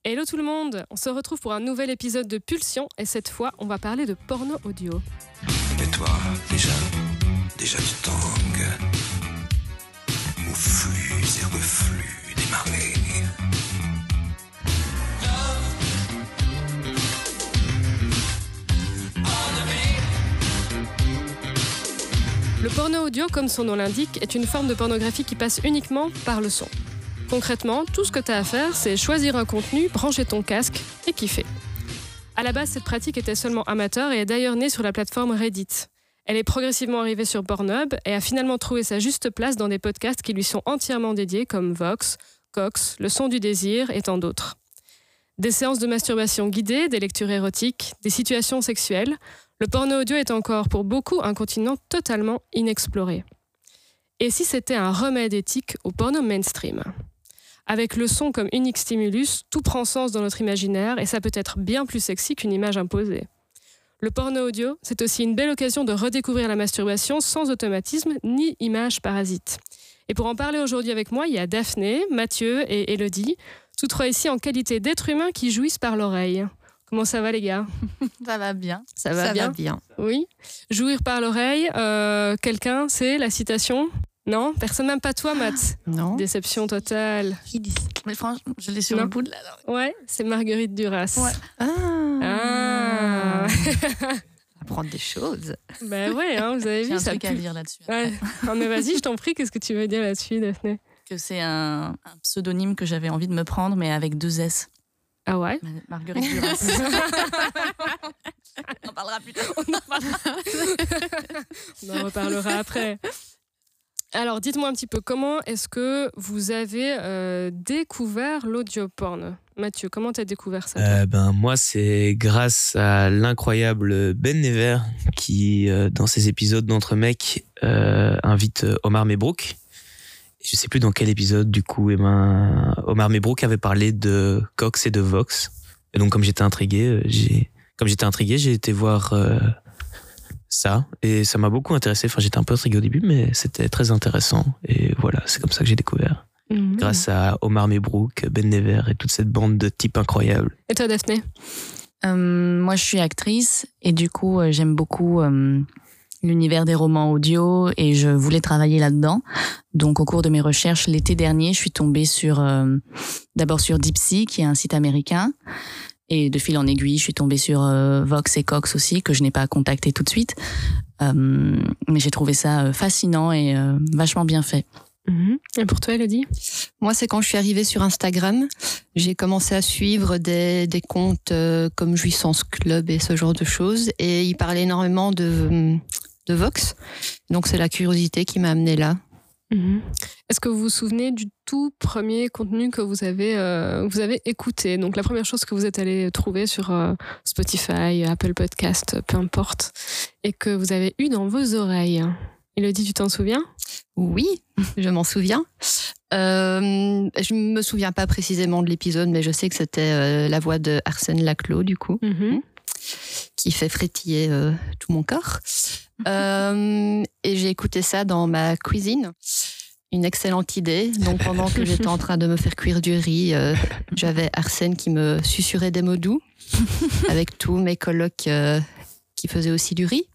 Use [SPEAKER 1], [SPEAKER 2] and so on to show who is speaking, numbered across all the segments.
[SPEAKER 1] Hello tout le monde, on se retrouve pour un nouvel épisode de Pulsion et cette fois on va parler de porno audio.
[SPEAKER 2] Et toi, déjà tu tangues aux flux et reflux des marées.
[SPEAKER 1] Le porno audio, comme son nom l'indique, est une forme de pornographie qui passe uniquement par le son. Concrètement, tout ce que tu as à faire, c'est choisir un contenu, brancher ton casque et kiffer. À la base, cette pratique était seulement amateur et est d'ailleurs née sur la plateforme Reddit. Elle est progressivement arrivée sur Pornhub et a finalement trouvé sa juste place dans des podcasts qui lui sont entièrement dédiés comme Vox, Cox, Le Son du Désir et tant d'autres. Des séances de masturbation guidées, des lectures érotiques, des situations sexuelles, le porno audio est encore pour beaucoup un continent totalement inexploré. Et si c'était un remède éthique au porno mainstream ? Avec le son comme unique stimulus, tout prend sens dans notre imaginaire et ça peut être bien plus sexy qu'une image imposée. Le porno audio, c'est aussi une belle occasion de redécouvrir la masturbation sans automatisme ni image parasite. Et pour en parler aujourd'hui avec moi, il y a Daphné, Mathieu et Elodie, tous trois ici en qualité d'êtres humains qui jouissent par l'oreille. Comment ça va les gars ?
[SPEAKER 3] Ça va bien.
[SPEAKER 1] Ça va bien. Oui. Jouir par l'oreille, quelqu'un, c'est la citation ? Non ? Personne, même pas toi, Matt ?
[SPEAKER 4] Non.
[SPEAKER 1] Déception totale.
[SPEAKER 3] Qui dit ça ? Mais franchement, je l'ai sur le bout de la langue.
[SPEAKER 1] Ouais, c'est Marguerite Duras.
[SPEAKER 3] Ouais.
[SPEAKER 1] Ah.
[SPEAKER 4] Apprendre des choses.
[SPEAKER 1] Ben ouais, hein, vous avez
[SPEAKER 3] J'ai
[SPEAKER 1] vu
[SPEAKER 3] un
[SPEAKER 1] ça.
[SPEAKER 3] truc à dire là-dessus.
[SPEAKER 1] Ouais. Ah, mais vas-y, je t'en prie, qu'est-ce que tu veux dire là-dessus, Daphné ?
[SPEAKER 3] Que c'est un pseudonyme que j'avais envie de me prendre, mais avec 2 S.
[SPEAKER 1] Ah ouais ?
[SPEAKER 3] Marguerite Duras. On en parlera plus tard.
[SPEAKER 1] On en reparlera après. Alors, dites-moi un petit peu, comment est-ce que vous avez découvert l'audio porn ? Mathieu, comment t'as découvert ça ?
[SPEAKER 5] Moi, c'est grâce à l'incroyable Ben Never qui, dans ses épisodes d'Entre Mecs, invite Omar Mebrook. Je sais plus dans quel épisode, du coup, Omar Mebrook avait parlé de Cox et de Vox. Et donc, comme j'étais intrigué, j'ai été voir ça. Et ça m'a beaucoup intéressé. Enfin, j'étais un peu intrigué au début, mais c'était très intéressant. Et voilà, c'est comme ça que j'ai découvert. Grâce à Omar Mebrook, Ben Never et toute cette bande de types incroyables.
[SPEAKER 1] Et toi, Daphné ?
[SPEAKER 3] Moi, je suis actrice et du coup, j'aime beaucoup l'univers des romans audio et je voulais travailler là-dedans. Donc, au cours de mes recherches, l'été dernier, je suis tombée d'abord sur Dipsy, qui est un site américain. Et de fil en aiguille, je suis tombée sur Vox et Cox aussi, que je n'ai pas contacté tout de suite. Mais j'ai trouvé ça fascinant et vachement bien fait.
[SPEAKER 1] Et pour toi, Elodie ?
[SPEAKER 4] Moi, c'est quand je suis arrivée sur Instagram, j'ai commencé à suivre des comptes comme Jouissance Club et ce genre de choses. Et ils parlaient énormément de Vox. Donc, c'est la curiosité qui m'a amenée là.
[SPEAKER 1] Est-ce que vous vous souvenez du tout premier contenu que vous avez écouté ? Donc, la première chose que vous êtes allé trouver sur Spotify, Apple Podcast, peu importe, et que vous avez eu dans vos oreilles. Elodie, tu t'en souviens ?
[SPEAKER 4] Oui, je m'en souviens. Je me souviens pas précisément de l'épisode, mais je sais que c'était la voix de Arsène Laclos, du coup, qui fait frétiller tout mon corps. Et j'ai écouté ça dans ma cuisine. Une excellente idée. Donc, pendant que j'étais en train de me faire cuire du riz, j'avais Arsène qui me susurrait des mots doux, avec tous mes colocs qui faisaient aussi du riz.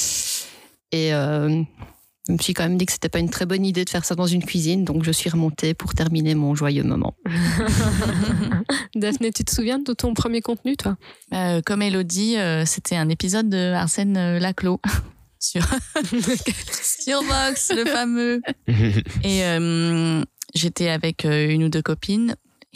[SPEAKER 4] Et je me suis quand même dit que c'était pas une très bonne idée de faire ça dans une cuisine, donc je suis remontée pour terminer mon joyeux moment.
[SPEAKER 1] Daphné, tu te souviens de ton premier contenu, toi ?
[SPEAKER 3] Comme Elodie, c'était un épisode de Arsène Laclos sur Vox, le fameux. Et j'étais avec une ou deux copines.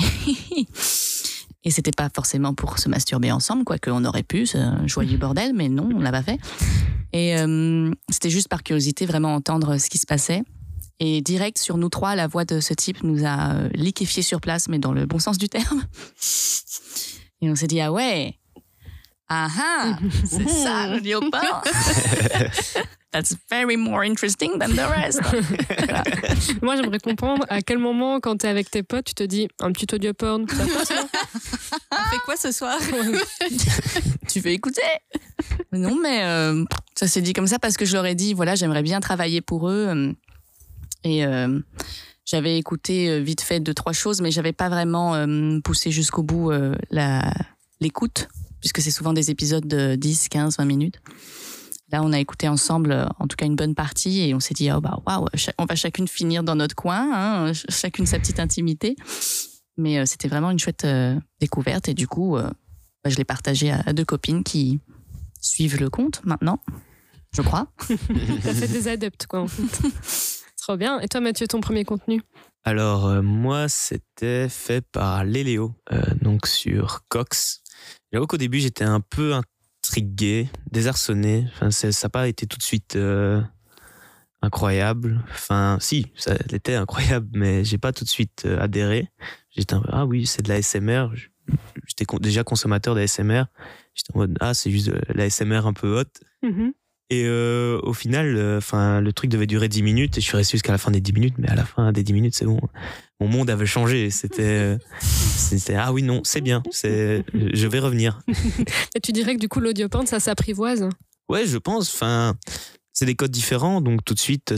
[SPEAKER 3] Et c'était pas forcément pour se masturber ensemble, quoique on aurait pu, c'est un joyeux bordel, mais non, on l'a pas fait. Et c'était juste par curiosité, vraiment entendre ce qui se passait. Et direct, sur nous trois, la voix de ce type nous a liquéfiés sur place, mais dans le bon sens du terme. Et on s'est dit, ah ouais, c'est ça le léopard. That's very more interesting than the rest. Voilà.
[SPEAKER 1] Moi, j'aimerais comprendre à quel moment, quand t'es avec tes potes, tu te dis un petit audio porn, ça passe, non ?
[SPEAKER 3] On fait quoi ce soir ? Tu veux écouter ? Non, mais ça s'est dit comme ça parce que je leur ai dit, voilà, j'aimerais bien travailler pour eux. Et J'avais écouté vite fait 2-3 choses, mais j'avais pas vraiment poussé jusqu'au bout l'écoute, puisque c'est souvent des épisodes de 10, 15, 20 minutes. Là, on a écouté ensemble, en tout cas, une bonne partie, et on s'est dit, waouh, on va chacune finir dans notre coin, hein, chacune sa petite intimité. Mais c'était vraiment une chouette découverte, et du coup, je l'ai partagé à 2 copines qui suivent le compte maintenant, je crois.
[SPEAKER 1] T'as fait des adeptes, quoi, en fait. Trop bien. Et toi, Mathieu, ton premier contenu?
[SPEAKER 5] Alors, moi, c'était fait par Léléo, donc sur Cox. J'avoue qu'au début, j'étais un peu intrigué, désarçonné. Enfin, ça n'a pas été tout de suite incroyable. Enfin, si, ça l'était incroyable, mais j'ai pas tout de suite adhéré. J'étais un peu, ah oui, c'est de la ASMR. J'étais déjà consommateur d'ASMR. J'étais en mode, c'est juste de l'ASMR un peu haute.
[SPEAKER 1] Mm-hmm.
[SPEAKER 5] Et au final, le truc devait durer 10 minutes et je suis resté jusqu'à la fin des 10 minutes, mais à la fin des 10 minutes, c'est bon. Mon monde avait changé. C'était ah oui, non, c'est bien, je vais revenir.
[SPEAKER 1] Et tu dirais que du coup, l'audioporn, ça s'apprivoise? Ouais,
[SPEAKER 5] je pense. Enfin, c'est des codes différents, donc tout de suite,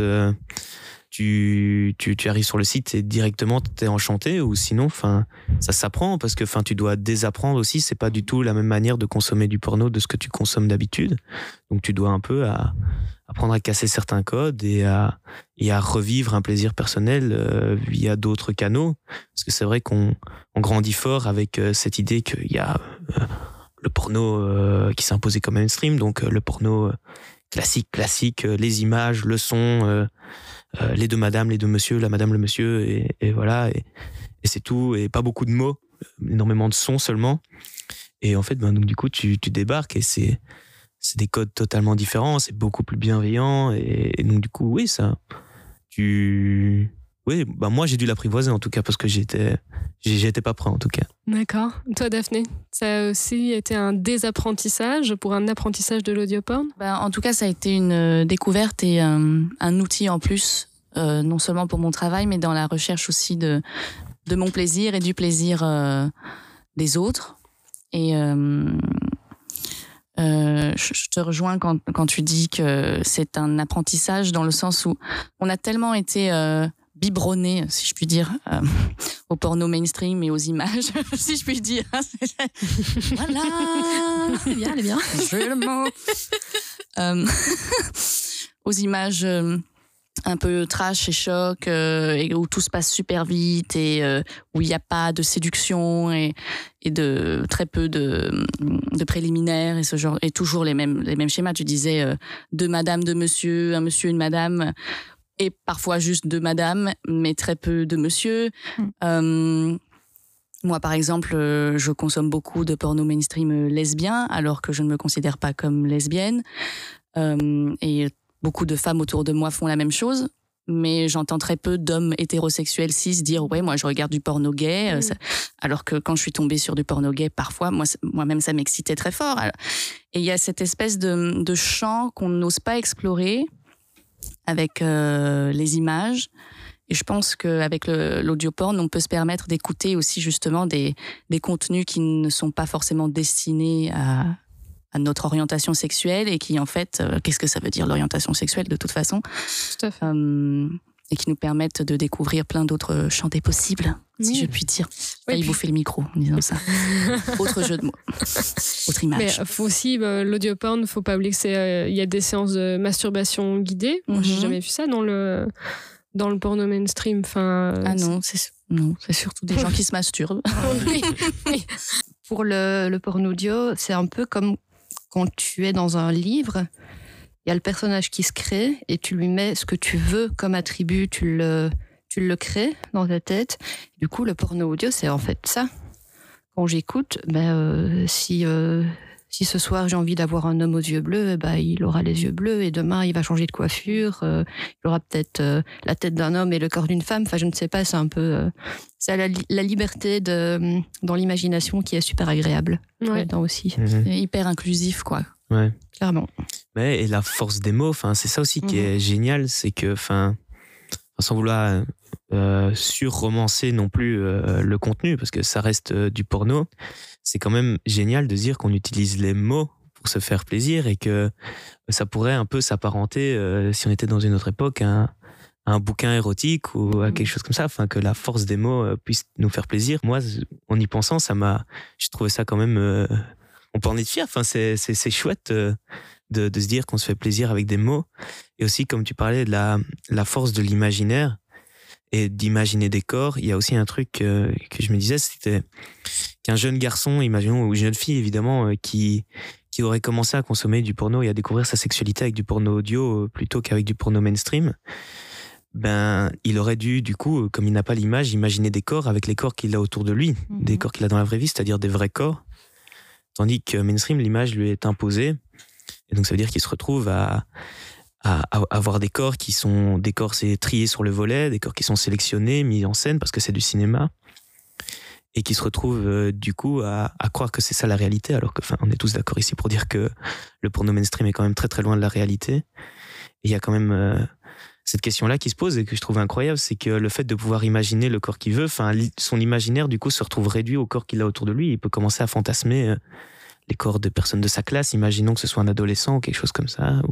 [SPEAKER 5] tu arrives sur le site et directement t'es enchanté, ou sinon ça s'apprend parce que tu dois désapprendre aussi. C'est pas du tout la même manière de consommer du porno de ce que tu consommes d'habitude, donc tu dois un peu apprendre à casser certains codes et à revivre un plaisir personnel via d'autres canaux, parce que c'est vrai qu'on grandit fort avec cette idée qu'il y a le porno qui s'est imposé comme mainstream, donc le porno classique, les images, le son, les 2 madames, les 2 messieurs, la madame, le monsieur, et voilà, et c'est tout, et pas beaucoup de mots, énormément de sons seulement. Et en fait, donc du coup, tu débarques et c'est des codes totalement différents, c'est beaucoup plus bienveillant, et donc du coup, oui, moi j'ai dû l'apprivoiser en tout cas, parce que j'étais pas prêt en tout cas.
[SPEAKER 1] D'accord. Toi, Daphné, ça a aussi été un désapprentissage pour un apprentissage de l'audioporn?
[SPEAKER 3] En tout cas, ça a été une découverte et un outil en plus, non seulement pour mon travail, mais dans la recherche aussi de mon plaisir et du plaisir des autres. Et je te rejoins quand tu dis que c'est un apprentissage, dans le sens où on a tellement été biberonné, si je puis dire, au porno mainstream et aux images, si je puis dire. Voilà.
[SPEAKER 4] Elle est bien.
[SPEAKER 3] J'ai le mot. Aux images un peu trash et choc, et où tout se passe super vite, et où il n'y a pas de séduction et de très peu de préliminaires, et ce genre, et toujours les mêmes schémas. Tu disais 2 madames, 2 monsieur, un monsieur, une madame, et parfois juste 2 madames, mais très peu de monsieur. Moi, par exemple, je consomme beaucoup de porno mainstream lesbien, alors que je ne me considère pas comme lesbienne. Et beaucoup de femmes autour de moi font la même chose, mais j'entends très peu d'hommes hétérosexuels cis dire « ouais, moi je regarde du porno gay », alors que quand je suis tombée sur du porno gay, parfois, moi-même ça m'excitait très fort. Et il y a cette espèce de champ qu'on n'ose pas explorer avec les images. Et je pense qu'avec l'audioporn, on peut se permettre d'écouter aussi justement des contenus qui ne sont pas forcément destinés à notre orientation sexuelle, et qui en fait, qu'est-ce que ça veut dire l'orientation sexuelle de toute façon,
[SPEAKER 1] tout à fait.
[SPEAKER 3] Et qui nous permettent de découvrir plein d'autres champs des possibles, si je puis dire. Il bouffer le micro en disant ça. Autre jeu de mots, autre image.
[SPEAKER 1] Mais faut aussi l'audioporn, faut pas oublier que il y a des séances de masturbation guidée. Moi, j'ai jamais vu ça dans le porno mainstream.
[SPEAKER 3] Ah non, c'est surtout des gens qui se masturbent.
[SPEAKER 1] Oui.
[SPEAKER 4] Pour le porno audio, c'est un peu comme quand tu es dans un livre, il y a le personnage qui se crée et tu lui mets ce que tu veux comme attribut, tu le crées dans ta tête. Du coup, le porno audio, c'est en fait ça. Quand j'écoute, si ce soir j'ai envie d'avoir un homme aux yeux bleus, il aura les yeux bleus, et demain il va changer de coiffure, il aura peut-être la tête d'un homme et le corps d'une femme. Enfin, je ne sais pas, c'est un peu c'est la liberté dans l'imagination qui est super agréable.
[SPEAKER 1] Ouais.
[SPEAKER 4] Dedans aussi.
[SPEAKER 3] C'est hyper inclusif, quoi.
[SPEAKER 5] Ouais.
[SPEAKER 4] Clairement.
[SPEAKER 5] Et la force des mots, c'est ça aussi qui est génial, c'est que, sans vouloir surromancer non plus le contenu, parce que ça reste du porno, c'est quand même génial de dire qu'on utilise les mots pour se faire plaisir, et que ça pourrait un peu s'apparenter, si on était dans une autre époque, à un bouquin érotique ou à quelque chose comme ça, enfin que la force des mots puisse nous faire plaisir. Moi, en y pensant, j'ai trouvé ça quand même, on peut en être fier. Enfin, c'est chouette de se dire qu'on se fait plaisir avec des mots. Et aussi, comme tu parlais de la force de l'imaginaire et d'imaginer des corps, il y a aussi un truc que je me disais, c'était qu'un jeune garçon, imaginons, ou une jeune fille évidemment, qui aurait commencé à consommer du porno et à découvrir sa sexualité avec du porno audio plutôt qu'avec du porno mainstream, ben, il aurait dû, du coup, comme il n'a pas l'image, imaginer des corps avec les corps qu'il a autour de lui, des corps qu'il a dans la vraie vie, c'est-à-dire des vrais corps. Tandis que mainstream, l'image lui est imposée. Et donc, ça veut dire qu'il se retrouve à avoir des corps qui sont des corps triés sur le volet, des corps qui sont sélectionnés, mis en scène parce que c'est du cinéma. Et qui se retrouve du coup à croire que c'est ça la réalité, alors que, on est tous d'accord ici pour dire que le porno mainstream est quand même très très loin de la réalité. Et il y a quand même cette question-là qui se pose et que je trouve incroyable, c'est que le fait de pouvoir imaginer le corps qu'il veut, son imaginaire du coup se retrouve réduit au corps qu'il a autour de lui. Il peut commencer à fantasmer les corps de personnes de sa classe, imaginons que ce soit un adolescent ou quelque chose comme ça,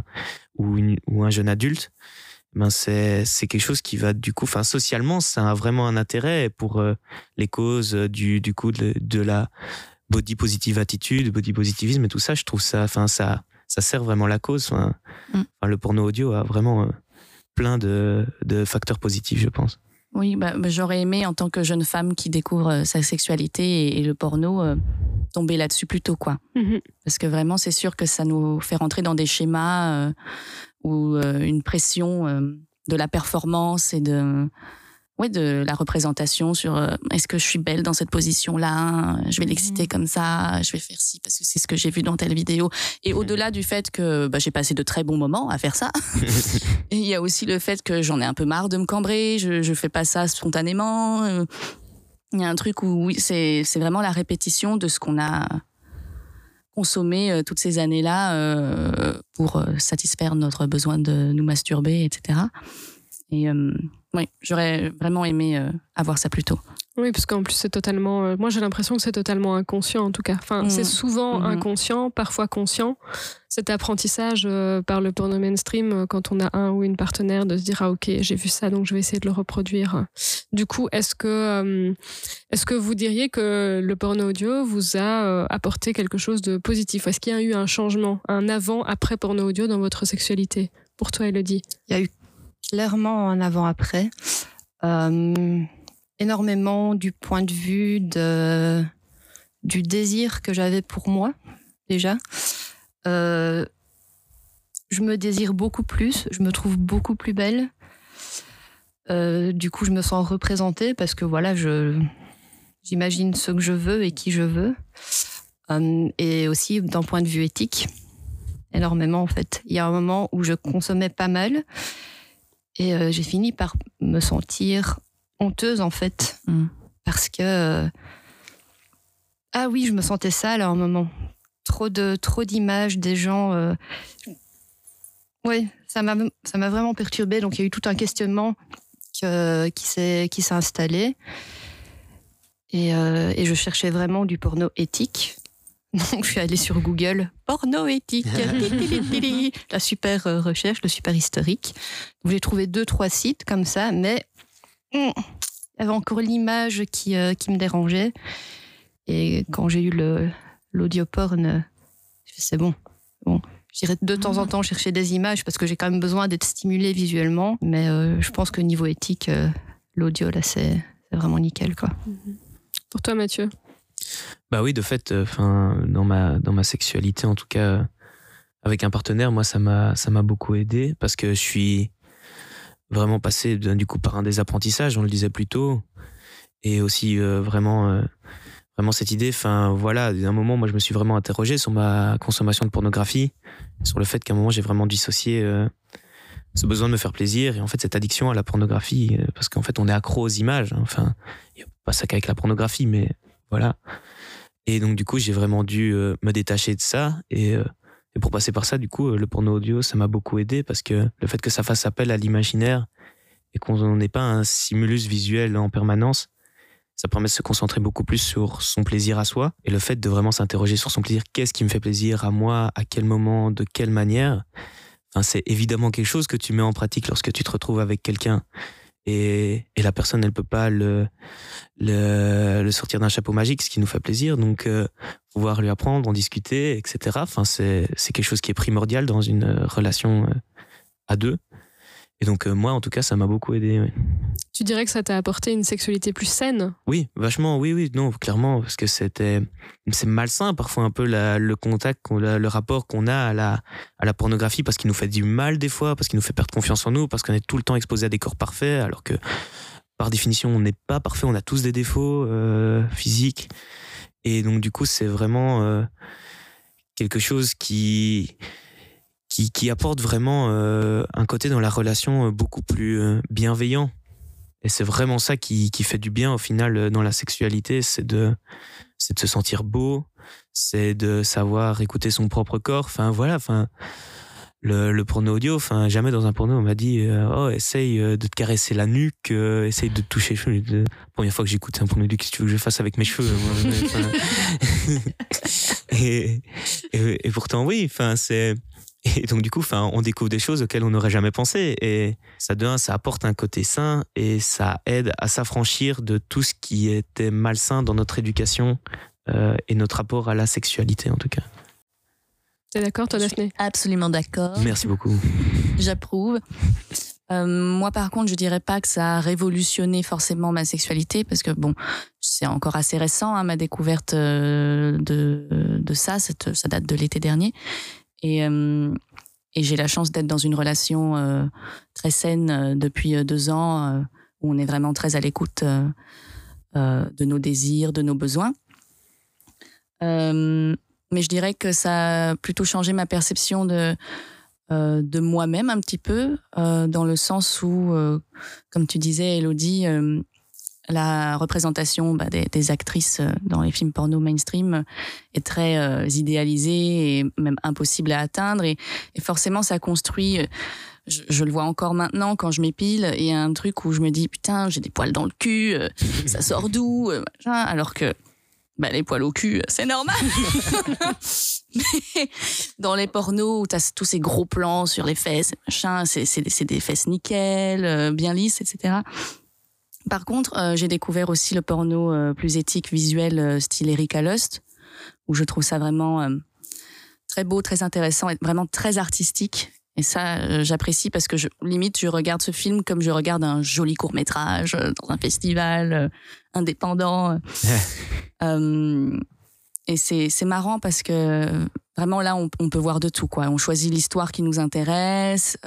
[SPEAKER 5] ou un jeune adulte. Ben c'est quelque chose qui va du coup, socialement, ça a vraiment un intérêt pour les causes du coup de la body positive attitude, body positivisme et tout ça. Je trouve ça, ça sert vraiment la cause. Le porno audio a vraiment plein de facteurs positifs, je pense.
[SPEAKER 3] Oui, j'aurais aimé, en tant que jeune femme qui découvre sa sexualité et le porno, tomber là-dessus plus tôt, quoi. Parce que vraiment, c'est sûr que ça nous fait rentrer dans des schémas ou une pression de la performance et de la représentation sur est-ce que je suis belle dans cette position-là, je vais l'exciter comme ça, je vais faire ci parce que c'est ce que j'ai vu dans telle vidéo. Et au-delà du fait que j'ai passé de très bons moments à faire ça, il y a aussi le fait que j'en ai un peu marre de me cambrer, je fais pas ça spontanément. Il y a un truc où oui, c'est vraiment la répétition de ce qu'on a consommé toutes ces années-là pour satisfaire notre besoin de nous masturber, etc. Et oui, j'aurais vraiment aimé avoir ça plus tôt.
[SPEAKER 1] Oui, parce qu'en plus, c'est totalement... moi, j'ai l'impression que c'est totalement inconscient, en tout cas. C'est souvent inconscient, parfois conscient. Cet apprentissage par le porno mainstream, quand on a un ou une partenaire, de se dire « Ah, ok, j'ai vu ça, donc je vais essayer de le reproduire. » Du coup, est-ce que vous diriez que le porno audio vous a apporté quelque chose de positif? Est-ce qu'il y a eu un changement, un avant-après porno audio dans votre sexualité? Pour toi, Elodie?
[SPEAKER 4] Il y a eu clairement un avant-après. Énormément du point de vue du désir que j'avais pour moi, déjà. Je me désire beaucoup plus, je me trouve beaucoup plus belle. Du coup, je me sens représentée parce que voilà, j'imagine ce que je veux et qui je veux. Et aussi d'un point de vue éthique, énormément en fait. Il y a un moment où je consommais pas mal et j'ai fini par me sentir honteuse en fait, parce que ah oui, je me sentais sale à un moment. Trop d'images des gens. Oui, ça m'a vraiment perturbée. Donc il y a eu tout un questionnement qui s'est installé. Et je cherchais vraiment du porno éthique. Donc je suis allée sur Google, porno éthique, la super recherche, le super historique. Donc j'ai trouvé 2-3 sites comme ça, mais il y avait encore l'image qui me dérangeait. Et quand j'ai eu l'audio porn, c'est bon. J'irai de temps en temps chercher des images parce que j'ai quand même besoin d'être stimulée visuellement. Mais je pense que niveau éthique, l'audio, là, c'est vraiment nickel, quoi.
[SPEAKER 1] Pour toi, Mathieu?
[SPEAKER 5] Bah oui, de fait, dans ma sexualité, en tout cas, avec un partenaire, moi, ça m'a beaucoup aidé parce que je suis vraiment passé du coup par un des apprentissages, on le disait plus tôt, et aussi vraiment cette idée, voilà, à un moment, moi, je me suis vraiment interrogé sur ma consommation de pornographie, sur le fait qu'à un moment, j'ai vraiment dissocié ce besoin de me faire plaisir et en fait cette addiction à la pornographie, parce qu'en fait, on est accro aux images. Enfin, il n'y a pas ça qu'avec la pornographie, mais voilà. Et donc, du coup, j'ai vraiment dû me détacher de ça. Et pour passer par ça, du coup, le porno audio, ça m'a beaucoup aidé parce que le fait que ça fasse appel à l'imaginaire et qu'on n'ait pas un stimulus visuel en permanence, ça permet de se concentrer beaucoup plus sur son plaisir à soi. Et le fait de vraiment s'interroger sur son plaisir, qu'est-ce qui me fait plaisir à moi, à quel moment, de quelle manière, c'est évidemment quelque chose que tu mets en pratique lorsque tu te retrouves avec quelqu'un et la personne, elle peut pas le sortir d'un chapeau magique, ce qui nous fait plaisir. Donc, pouvoir lui apprendre, en discuter, etc. C'est quelque chose qui est primordial dans une relation à deux. Et donc, moi, en tout cas, ça m'a beaucoup aidé. Oui.
[SPEAKER 1] Tu dirais que ça t'a apporté une sexualité plus saine ?
[SPEAKER 5] Oui, vachement, oui, non, clairement, parce que c'est malsain parfois un peu le contact, le rapport qu'on a à la pornographie, parce qu'il nous fait du mal des fois, parce qu'il nous fait perdre confiance en nous, parce qu'on est tout le temps exposé à des corps parfaits, alors que par définition, on n'est pas parfait, on a tous des défauts physiques. Et donc, du coup, c'est vraiment quelque chose qui apporte vraiment un côté dans la relation beaucoup plus bienveillant. Et c'est vraiment ça qui fait du bien au final dans la sexualité, c'est de se sentir beau, c'est de savoir écouter son propre corps. Le porno audio, jamais dans un porno on m'a dit essaye de te caresser la nuque, essaye de te toucher les cheveux. La première fois que j'écoute un porno audio, qu'est-ce que tu veux que je fasse avec mes cheveux, et pourtant oui, et donc du coup, on découvre des choses auxquelles on n'aurait jamais pensé, et ça apporte un côté sain et ça aide à s'affranchir de tout ce qui était malsain dans notre éducation et notre rapport à la sexualité en tout cas.
[SPEAKER 1] T'es d'accord, toi, Daphné ?
[SPEAKER 3] Absolument d'accord.
[SPEAKER 5] Merci beaucoup.
[SPEAKER 3] J'approuve. Moi, par contre, je dirais pas que ça a révolutionné forcément ma sexualité, parce que bon, c'est encore assez récent, ma découverte de ça. Ça date de l'été dernier. Et j'ai la chance d'être dans une relation très saine depuis 2 ans, où on est vraiment très à l'écoute de nos désirs, de nos besoins. Mais je dirais que ça a plutôt changé ma perception de moi-même un petit peu, dans le sens où, comme tu disais, Elodie, la représentation des actrices dans les films porno mainstream est très idéalisée et même impossible à atteindre. Et forcément, ça construit... Je le vois encore maintenant quand je m'épile, il y a un truc où je me dis « Putain, j'ai des poils dans le cul, ça sort d'où ?» Alors que les poils au cul, c'est normal. Mais dans les pornos où t'as tous ces gros plans sur les fesses, c'est des fesses nickel, bien lisses, etc. Par contre, j'ai découvert aussi le porno plus éthique, visuel, style Erika Lust, où je trouve ça vraiment très beau, très intéressant et vraiment très artistique. Et ça, j'apprécie parce que je regarde ce film comme je regarde un joli court-métrage dans un festival indépendant. Et c'est marrant parce que vraiment là, on peut voir de tout, quoi. On choisit l'histoire qui nous intéresse.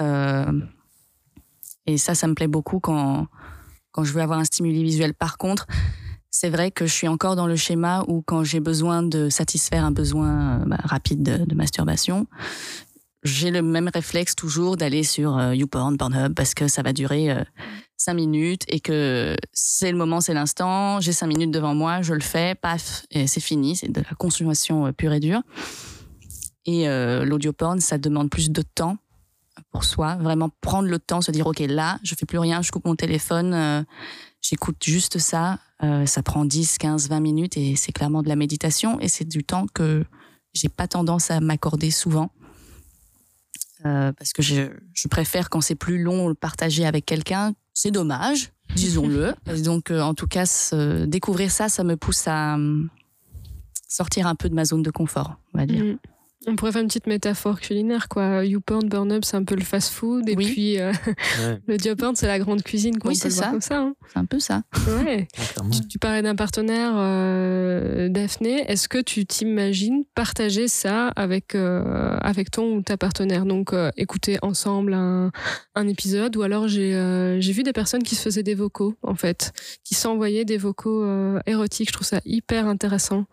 [SPEAKER 3] Et ça me plaît beaucoup quand je veux avoir un stimuli visuel. Par contre, c'est vrai que je suis encore dans le schéma où quand j'ai besoin de satisfaire un besoin rapide de masturbation, j'ai le même réflexe toujours d'aller sur YouPorn, Pornhub, parce que ça va durer 5 minutes et que c'est le moment, c'est l'instant. J'ai 5 minutes devant moi, je le fais, paf, et c'est fini. C'est de la consommation pure et dure. Et l'audioporn, ça demande plus de temps pour soi. Vraiment prendre le temps, se dire, OK, là, je fais plus rien, je coupe mon téléphone, j'écoute juste ça. Ça prend 10, 15, 20 minutes et c'est clairement de la méditation. Et c'est du temps que j'ai pas tendance à m'accorder souvent. Parce que je préfère quand c'est plus long le partager avec quelqu'un. C'est dommage, disons-le. Donc en tout cas, découvrir ça me pousse à sortir un peu de ma zone de confort, on va dire.
[SPEAKER 1] On pourrait faire une petite métaphore culinaire, quoi. YouPorn, Pornhub, c'est un peu le fast-food, et puis le Dioporn, c'est la grande cuisine, quoi.
[SPEAKER 3] Oui, c'est ça.
[SPEAKER 1] Comme ça, hein.
[SPEAKER 3] C'est un peu ça.
[SPEAKER 1] Ouais. Tu parlais d'un partenaire, Daphné. Est-ce que tu t'imagines partager ça avec ton ou ta partenaire? Donc, écouter ensemble un épisode, ou alors j'ai vu des personnes qui se faisaient des vocaux, en fait, qui s'envoyaient des vocaux érotiques. Je trouve ça hyper intéressant.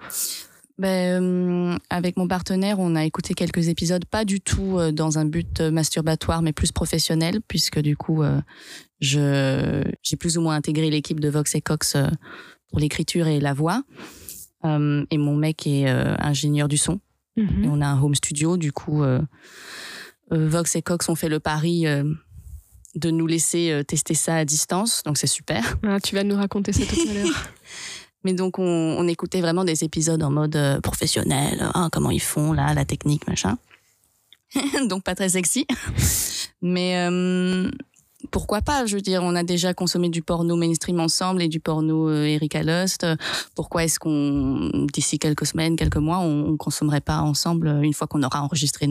[SPEAKER 3] Avec mon partenaire, on a écouté quelques épisodes, pas du tout dans un but masturbatoire, mais plus professionnel, puisque du coup, j'ai plus ou moins intégré l'équipe de Vox et Cox pour l'écriture et la voix. Et mon mec est ingénieur du son. Et on a un home studio, du coup, Vox et Cox ont fait le pari de nous laisser tester ça à distance, donc c'est super.
[SPEAKER 1] Ah, tu vas nous raconter ça tout à l'heure.
[SPEAKER 3] Mais donc, on écoutait vraiment des épisodes en mode professionnel, comment ils font, là, la technique, machin. donc pas très sexy. Mais pourquoi pas? Je veux dire, on a déjà consommé du porno mainstream ensemble et du porno Erika Lust. Pourquoi est-ce qu'on, d'ici quelques semaines, quelques mois, on consommerait pas ensemble, une fois qu'on aura enregistré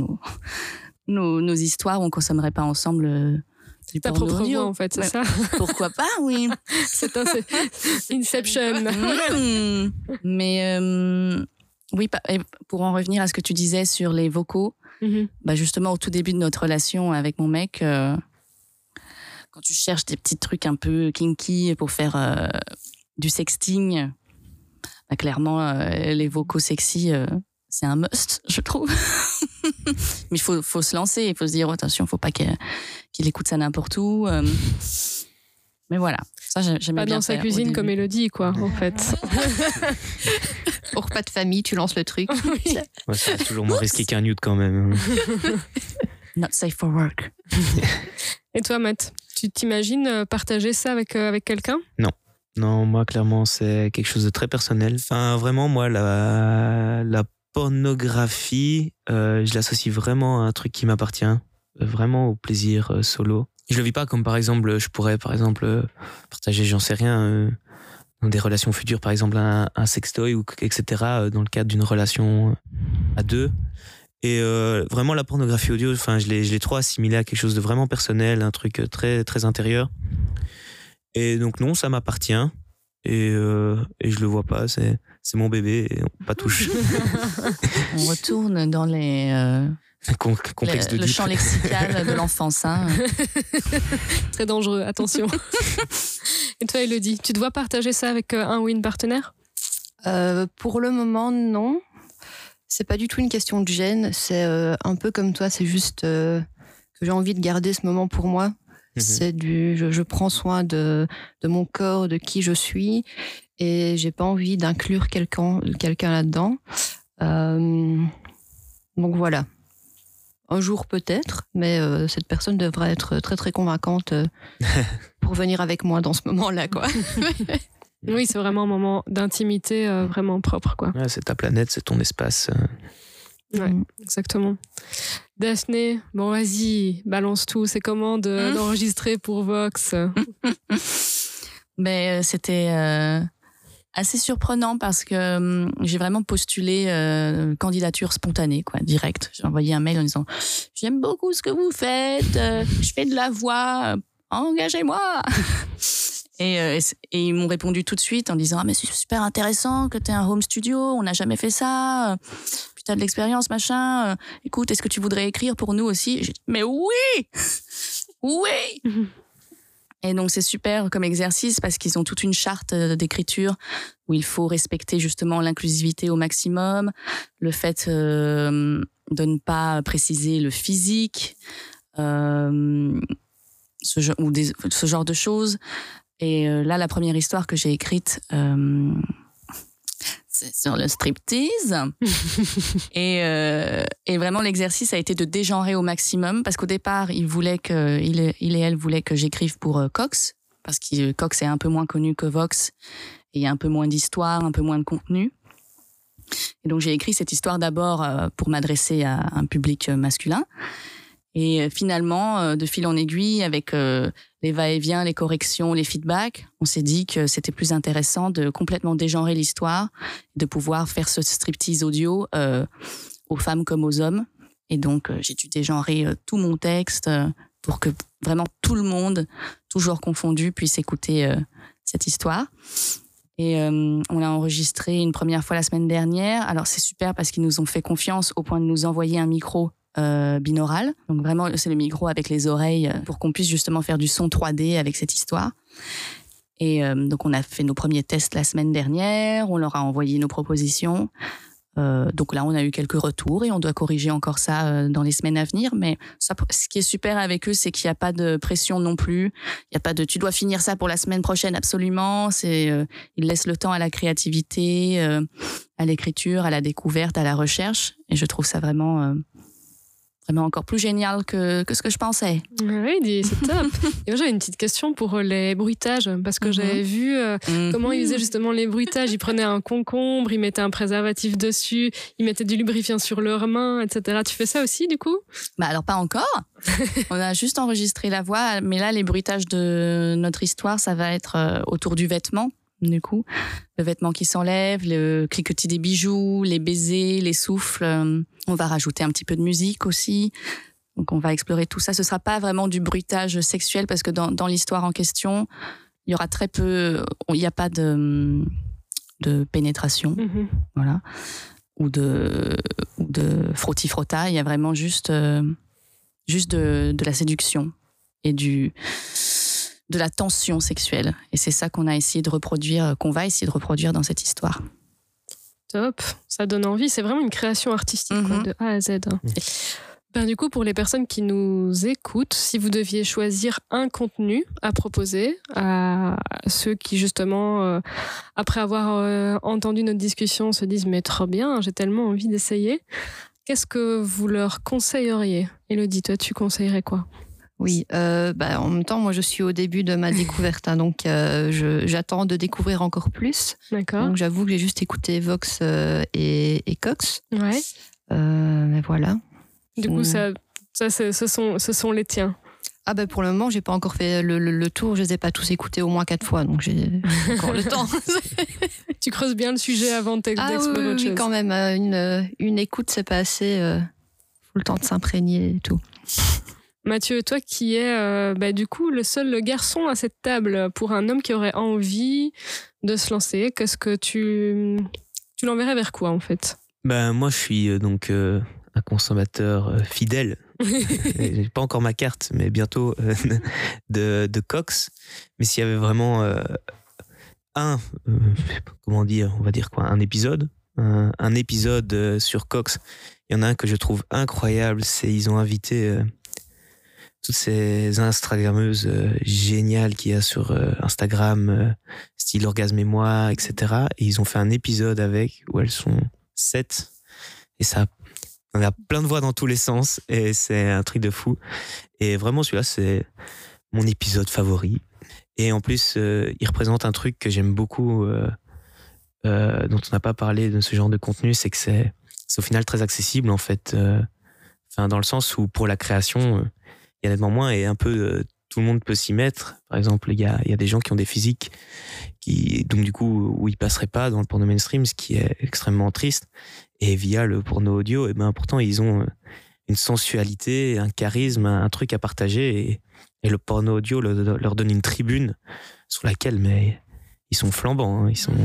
[SPEAKER 3] nos histoires, on consommerait pas ensemble du
[SPEAKER 1] ta
[SPEAKER 3] porno
[SPEAKER 1] propre
[SPEAKER 3] audio.
[SPEAKER 1] voix, en fait, c'est ça?
[SPEAKER 3] Pourquoi pas, oui.
[SPEAKER 1] C'est Inception.
[SPEAKER 3] Mais oui, et pour en revenir à ce que tu disais sur les vocaux, bah justement, au tout début de notre relation avec mon mec, quand tu cherches des petits trucs un peu kinky pour faire du sexting, bah clairement, les vocaux sexy, c'est un must, je trouve. Mais il faut se lancer, il faut se dire, attention, faut pas qu'il écoute ça n'importe où. Mais voilà, ça j'aimais bien
[SPEAKER 1] pas dans sa cuisine comme Élodie, quoi, en fait.
[SPEAKER 4] Au repas de famille, tu lances le truc.
[SPEAKER 5] Ouais, ça reste toujours moins risqué qu'un nude quand même.
[SPEAKER 3] Not safe for work.
[SPEAKER 1] Et toi, Matt, tu t'imagines partager ça avec quelqu'un?
[SPEAKER 5] Non, moi, clairement, c'est quelque chose de très personnel. Enfin, vraiment, moi, la pornographie, je l'associe vraiment à un truc qui m'appartient, vraiment au plaisir solo. Je le vis pas comme, par exemple, je pourrais, partager, j'en sais rien, dans des relations futures, par exemple, un sextoy, ou etc., dans le cadre d'une relation à deux. Et vraiment, la pornographie audio, enfin, je l'ai trop assimilé à quelque chose de vraiment personnel, un truc très, très intérieur. Et donc non, ça m'appartient et je le vois pas, c'est mon bébé et on pas touche.
[SPEAKER 3] On retourne dans
[SPEAKER 5] Complexe
[SPEAKER 3] le champ lexical de l'enfance. Hein.
[SPEAKER 1] Très dangereux, attention. Et toi, Élodie, tu te vois partager ça avec un ou une partenaire?
[SPEAKER 4] Pour le moment, non. C'est pas du tout une question de gêne. C'est un peu comme toi, c'est juste que j'ai envie de garder ce moment pour moi. C'est je prends soin de mon corps, de qui je suis, et j'ai pas envie d'inclure quelqu'un là-dedans. Donc voilà. Un jour peut-être, mais cette personne devrait être très très convaincante pour venir avec moi dans ce moment-là, quoi.
[SPEAKER 1] Oui, c'est vraiment un moment d'intimité vraiment propre, quoi.
[SPEAKER 5] Ouais, c'est ta planète, c'est ton espace.
[SPEAKER 1] Ouais, exactement. Daphné, bon vas-y, balance tout. C'est comment d'enregistrer pour Vox?
[SPEAKER 3] Mais c'était assez surprenant parce que j'ai vraiment postulé candidature spontanée, quoi, direct. J'ai envoyé un mail en disant « J'aime beaucoup ce que vous faites, je fais de la voix, engagez-moi !» Et ils m'ont répondu tout de suite en disant « Ah, mais c'est super intéressant que tu aies un home studio, on n'a jamais fait ça, puis tu as de l'expérience, machin. Écoute, est-ce que tu voudrais écrire pour nous aussi ?» J'ai dit « Mais oui ! Oui !» Et donc c'est super comme exercice parce qu'ils ont toute une charte d'écriture où il faut respecter justement l'inclusivité au maximum, le fait de ne pas préciser le physique, ce genre de choses. Et là, la première histoire que j'ai écrite, c'est sur le striptease. Et vraiment, l'exercice a été de dégenrer au maximum parce qu'au départ, il et elle voulaient que j'écrive pour Cox parce que Cox est un peu moins connu que Vox et il y a un peu moins d'histoire, un peu moins de contenu. Et donc, j'ai écrit cette histoire d'abord pour m'adresser à un public masculin. Et finalement, de fil en aiguille, avec les va-et-vient, les corrections, les feedbacks, on s'est dit que c'était plus intéressant de complètement dégenrer l'histoire, de pouvoir faire ce striptease audio aux femmes comme aux hommes. Et donc, j'ai dû dégenrer tout mon texte pour que vraiment tout le monde, tout genre confondu, puisse écouter cette histoire. Et on l'a enregistré une première fois la semaine dernière. Alors, c'est super parce qu'ils nous ont fait confiance au point de nous envoyer un micro binaural. Donc vraiment, c'est le micro avec les oreilles pour qu'on puisse justement faire du son 3D avec cette histoire. Et donc, on a fait nos premiers tests la semaine dernière. On leur a envoyé nos propositions. Donc là, on a eu quelques retours et on doit corriger encore ça dans les semaines à venir. Mais ça, ce qui est super avec eux, c'est qu'il n'y a pas de pression non plus. Il n'y a pas de « tu dois finir ça pour la semaine prochaine absolument ». Ils laissent le temps à la créativité, à l'écriture, à la découverte, à la recherche. Et je trouve ça vraiment vraiment encore plus génial que ce que je pensais.
[SPEAKER 1] Oui, c'est top. Et moi, j'avais une petite question pour les bruitages, parce que j'avais vu comment ils faisaient justement les bruitages. Ils prenaient un concombre, ils mettaient un préservatif dessus, ils mettaient du lubrifiant sur leurs mains, etc. Tu fais ça aussi, du coup?
[SPEAKER 3] Bah alors pas encore. On a juste enregistré la voix, mais là, les bruitages de notre histoire, ça va être autour du vêtement. Du coup, le vêtement qui s'enlève, le cliquetis des bijoux, les baisers, les souffles. On va rajouter un petit peu de musique aussi. Donc, on va explorer tout ça. Ce sera pas vraiment du bruitage sexuel parce que dans l'histoire en question, il y aura très peu. Il n'y a pas de pénétration, voilà, ou de frotti-frotta. Il y a vraiment juste de la séduction et de la tension sexuelle. Et c'est ça qu'on va essayer de reproduire dans cette histoire.
[SPEAKER 1] Top, ça donne envie. C'est vraiment une création artistique quoi, de A à Z. Ben, du coup, pour les personnes qui nous écoutent, si vous deviez choisir un contenu à proposer à ceux qui, justement, après avoir entendu notre discussion, se disent « Mais trop bien, j'ai tellement envie d'essayer », qu'est-ce que vous leur conseilleriez? Élodie, toi, tu conseillerais quoi?
[SPEAKER 4] Oui, en même temps, moi, je suis au début de ma découverte, donc j'attends de découvrir encore plus.
[SPEAKER 1] D'accord.
[SPEAKER 4] Donc, j'avoue que j'ai juste écouté Vox et Cox.
[SPEAKER 1] Ouais.
[SPEAKER 4] Mais voilà.
[SPEAKER 1] Du coup, ce sont les tiens.
[SPEAKER 4] Ah ben pour le moment, j'ai pas encore fait le tour. Je les ai pas tous écoutés au moins 4 fois, donc j'ai encore le temps.
[SPEAKER 1] Tu creuses bien le sujet avant d'explorer autre chose.
[SPEAKER 4] Oui, quand même. Une écoute, c'est pas assez. Faut le temps de s'imprégner et tout.
[SPEAKER 1] Mathieu, toi qui es du coup le seul garçon à cette table, pour un homme qui aurait envie de se lancer, qu'est-ce que tu l'enverrais vers quoi en fait?
[SPEAKER 5] Moi je suis donc un consommateur fidèle. J'ai pas encore ma carte, mais bientôt de Cox. Mais s'il y avait vraiment un épisode, un épisode sur Cox, il y en a un que je trouve incroyable. C'est ils ont invité toutes ces Instagrammeuses géniales qu'il y a sur Instagram, style Orgasme et moi, etc. Et ils ont fait un épisode où elles sont 7. Et ça, on a plein de voix dans tous les sens. Et c'est un truc de fou. Et vraiment, celui-là, c'est mon épisode favori. Et en plus, il représente un truc que j'aime beaucoup, dont on n'a pas parlé de ce genre de contenu, c'est que c'est au final très accessible, en fait. Dans le sens où, pour la création, il y a nettement moins et un peu tout le monde peut s'y mettre. Par exemple, il y a des gens qui ont des physiques donc du coup où ils passeraient pas dans le porno mainstream, ce qui est extrêmement triste. Et via le porno audio, pourtant ils ont une sensualité, un charisme, un truc à partager et le porno audio leur donne une tribune sur laquelle ils sont flambants, hein, ils sont.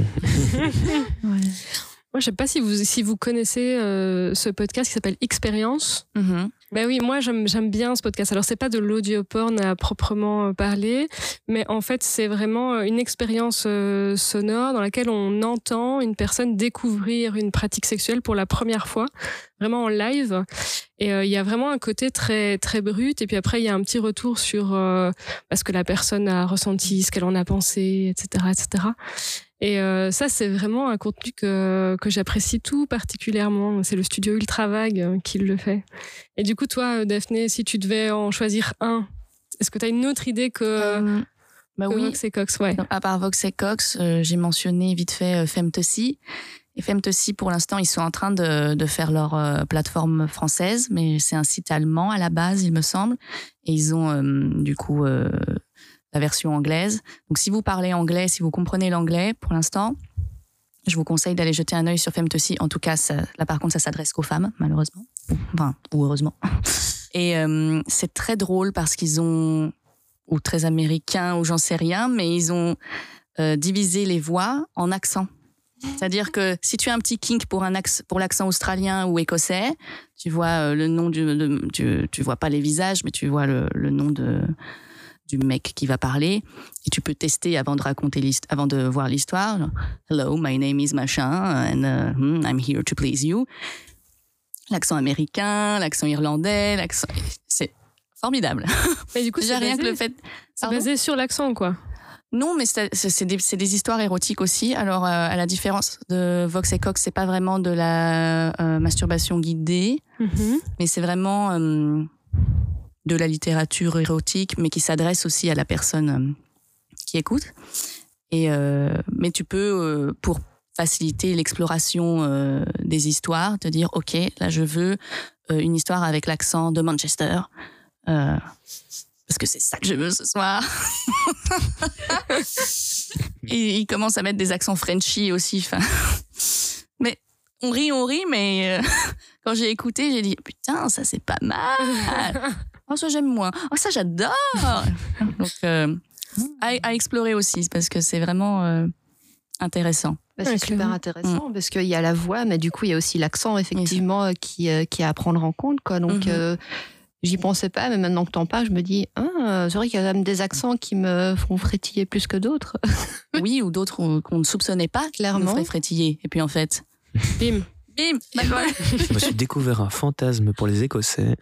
[SPEAKER 1] Ouais. Moi, je sais pas si vous connaissez ce podcast qui s'appelle Expérience. Ben oui, moi j'aime bien ce podcast. Alors c'est pas de l'audio porn à proprement parler, mais en fait c'est vraiment une expérience sonore dans laquelle on entend une personne découvrir une pratique sexuelle pour la première fois, vraiment en live. Et il y a vraiment un côté très très brut. Et puis après il y a un petit retour sur ce que la personne a ressenti, ce qu'elle en a pensé, etc., etc. Et ça, c'est vraiment un contenu que j'apprécie tout particulièrement. C'est le studio Ultravague qui le fait. Et du coup, toi, Daphné, si tu devais en choisir un, est-ce que tu as une autre idée que
[SPEAKER 3] oui.
[SPEAKER 1] Vox et Cox, ouais.
[SPEAKER 3] Donc, à part Vox et Cox, j'ai mentionné vite fait Femtossi. Et Femtossi, pour l'instant, ils sont en train de faire leur plateforme française, mais c'est un site allemand à la base, il me semble. Et ils ont du coup la version anglaise. Donc si vous parlez anglais, si vous comprenez l'anglais, pour l'instant, je vous conseille d'aller jeter un œil sur Femtossi. En tout cas, là par contre, ça s'adresse qu'aux femmes, malheureusement. Ou heureusement. Et c'est très drôle parce qu'ils ont, ou très américain, ou j'en sais rien, mais ils ont divisé les voix en accents. C'est-à-dire que si tu as un petit kink pour l'accent australien ou écossais, tu vois le nom tu vois pas les visages, mais tu vois le nom du mec qui va parler, et tu peux tester avant de voir l'histoire. Hello, my name is machin, and I'm here to please you. L'accent américain, l'accent irlandais, c'est formidable.
[SPEAKER 1] Mais du coup,
[SPEAKER 3] déjà rien que le fait.
[SPEAKER 1] C'est basé sur l'accent, quoi.
[SPEAKER 3] Non, mais c'est des histoires érotiques aussi. Alors, à la différence de Vox et Cox, c'est pas vraiment de la masturbation guidée, mais c'est vraiment de la littérature érotique, mais qui s'adresse aussi à la personne qui écoute. Mais tu peux, pour faciliter l'exploration des histoires, te dire, ok, là je veux une histoire avec l'accent de Manchester. Parce que c'est ça que je veux ce soir. Et il commence à mettre des accents Frenchy aussi. Mais on rit, mais quand j'ai écouté, j'ai dit putain, ça c'est pas mal. Oh, ça j'aime moins. Oh, ça j'adore. Donc à explorer aussi parce que c'est vraiment intéressant.
[SPEAKER 4] C'est super intéressant parce qu'il y a la voix, mais du coup il y a aussi l'accent effectivement qui est à prendre en compte, quoi. Donc j'y pensais pas, mais maintenant que t'en parles, je me dis, c'est vrai qu'il y a même des accents qui me font frétiller plus que d'autres.
[SPEAKER 3] Oui, ou d'autres qu'on ne soupçonnait pas, clairement. Nous ferait frétiller. Et puis en fait, bim, voilà.
[SPEAKER 5] Je me suis découvert un fantasme pour les Écossais.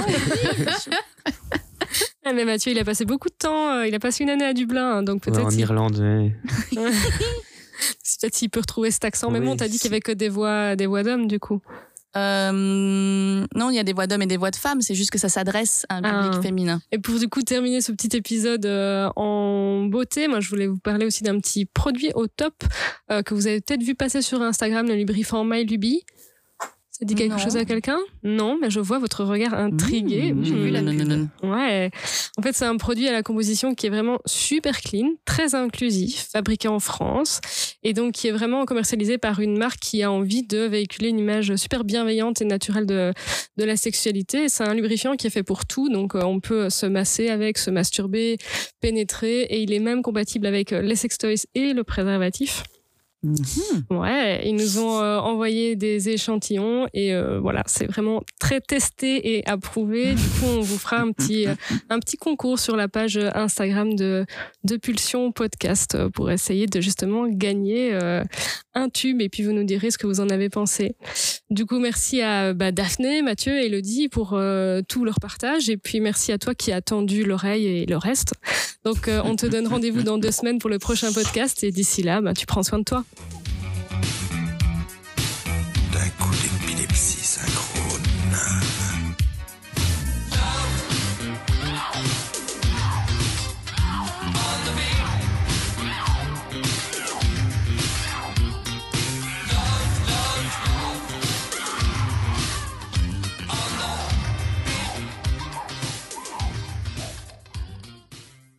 [SPEAKER 1] Mais Mathieu, il a passé beaucoup de temps. Il a passé une année à Dublin, donc peut-être.
[SPEAKER 5] En Irlande, ouais.
[SPEAKER 1] Peut-être s'il peut retrouver cet accent. Mais bon, t'as dit qu'il n'y avait que des voix d'hommes, du coup.
[SPEAKER 3] Non, il y a des voix d'hommes et des voix de femmes, c'est juste que ça s'adresse à un public féminin.
[SPEAKER 1] Et pour du coup terminer ce petit épisode en beauté, moi je voulais vous parler aussi d'un petit produit au top que vous avez peut-être vu passer sur Instagram, le lubrifiant My Luby. Ça dit quelque chose à quelqu'un ? Non, mais je vois votre regard intrigué.
[SPEAKER 4] J'ai vu la pub.
[SPEAKER 1] Ouais. En fait, c'est un produit à la composition qui est vraiment super clean, très inclusif, fabriqué en France, et donc qui est vraiment commercialisé par une marque qui a envie de véhiculer une image super bienveillante et naturelle de la sexualité. C'est un lubrifiant qui est fait pour tout, donc on peut se masser avec, se masturber, pénétrer, et il est même compatible avec les sextoys et le préservatif. Ouais, ils nous ont envoyé des échantillons et voilà, c'est vraiment très testé et approuvé. Du coup, on vous fera un petit concours sur la page Instagram de Pulsion Podcast pour essayer de justement gagner un tube, et puis vous nous direz ce que vous en avez pensé. Du coup, merci à Daphné, Mathieu et Elodie pour tout leur partage, et puis merci à toi qui as tendu l'oreille et le reste. Donc on te donne rendez-vous dans 2 semaines pour le prochain podcast, et d'ici là, tu prends soin de toi.